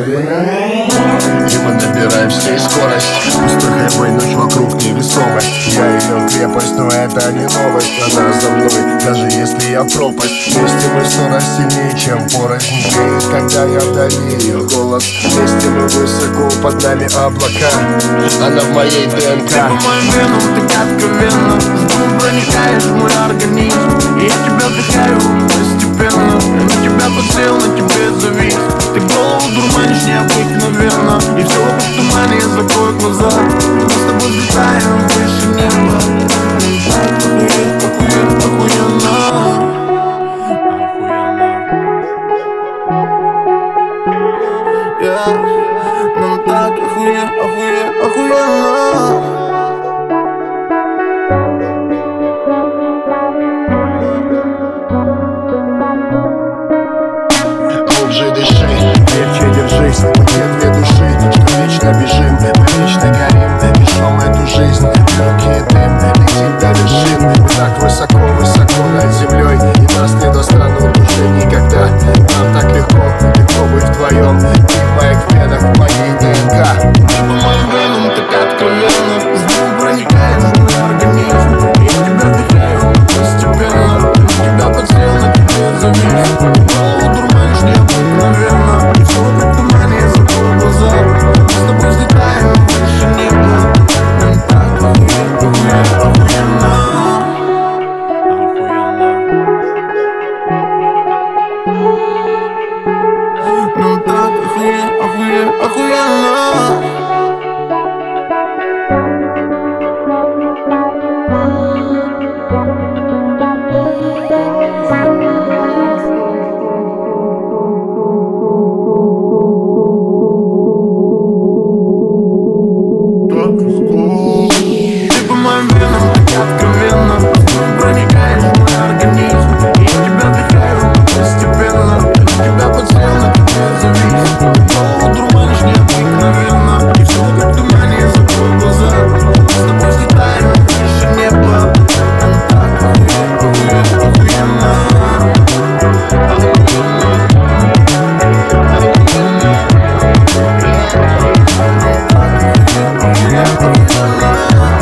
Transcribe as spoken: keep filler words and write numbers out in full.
И мы набираем с ней скорость. Пустой хайвей, ночь вокруг невесомость. Я ее крепость, но это не новость. Она за мной, даже если я пропасть. Вместе мы сто раз сильнее, чем порознь. Греет, когда я вдали ее голос. Вместе мы высоко, под нами облака. Она в моей ДНК. Ты по моим венам, ты откровенно. С двух проникаешь в мой организм. И я тебя вдыхаю постепенно. Я на тебя подсел, на тебе завис. Ты голову дурманишь необыкновенно. И все вокруг в тумане, я закрою глаза. Мы с тобой взлетаем выше неба. Охуенно, охуенно, охуенно. Yeah. Нам так охуенно, охуенно, охуенно. Глубже дыши, крепче держись. Мы те две души, что вечно бежим. Мы вечно горим, пишем эту жизнь. Легкий дым, летим до вершин. Мы так высоко, высоко над землей. И нас не достанут уже никогда. Нам так легко, легко быть вдвоем. Ты в моих венах, в моей ДНК. Ты по моим венам так откровенно. С двух проникаешь в мой организм. И я тебя вдыхаю постепенно. На тебя подсел, на тебе завис. Голову дурманишь необыкновенно. И все вокруг тумане, я закрою глаза. Мы с тобой взлетаем выше неба. Нам так охуенно, охуенно, охуенно. Нам так охуенно, охуенно, охуенно. Ты по моим венам так откровенно. Ты проникаешь в мой организм. И я тебя вдыхаю постепенно. Я на тебя подсел, на тебе завис. Голову дурманишь необыкновенно. И все вокруг тумане, я закрою глаза. Мы с тобой взлетаем выше неба. Нам так охуенно, охуенно, охуенно. Охуенно.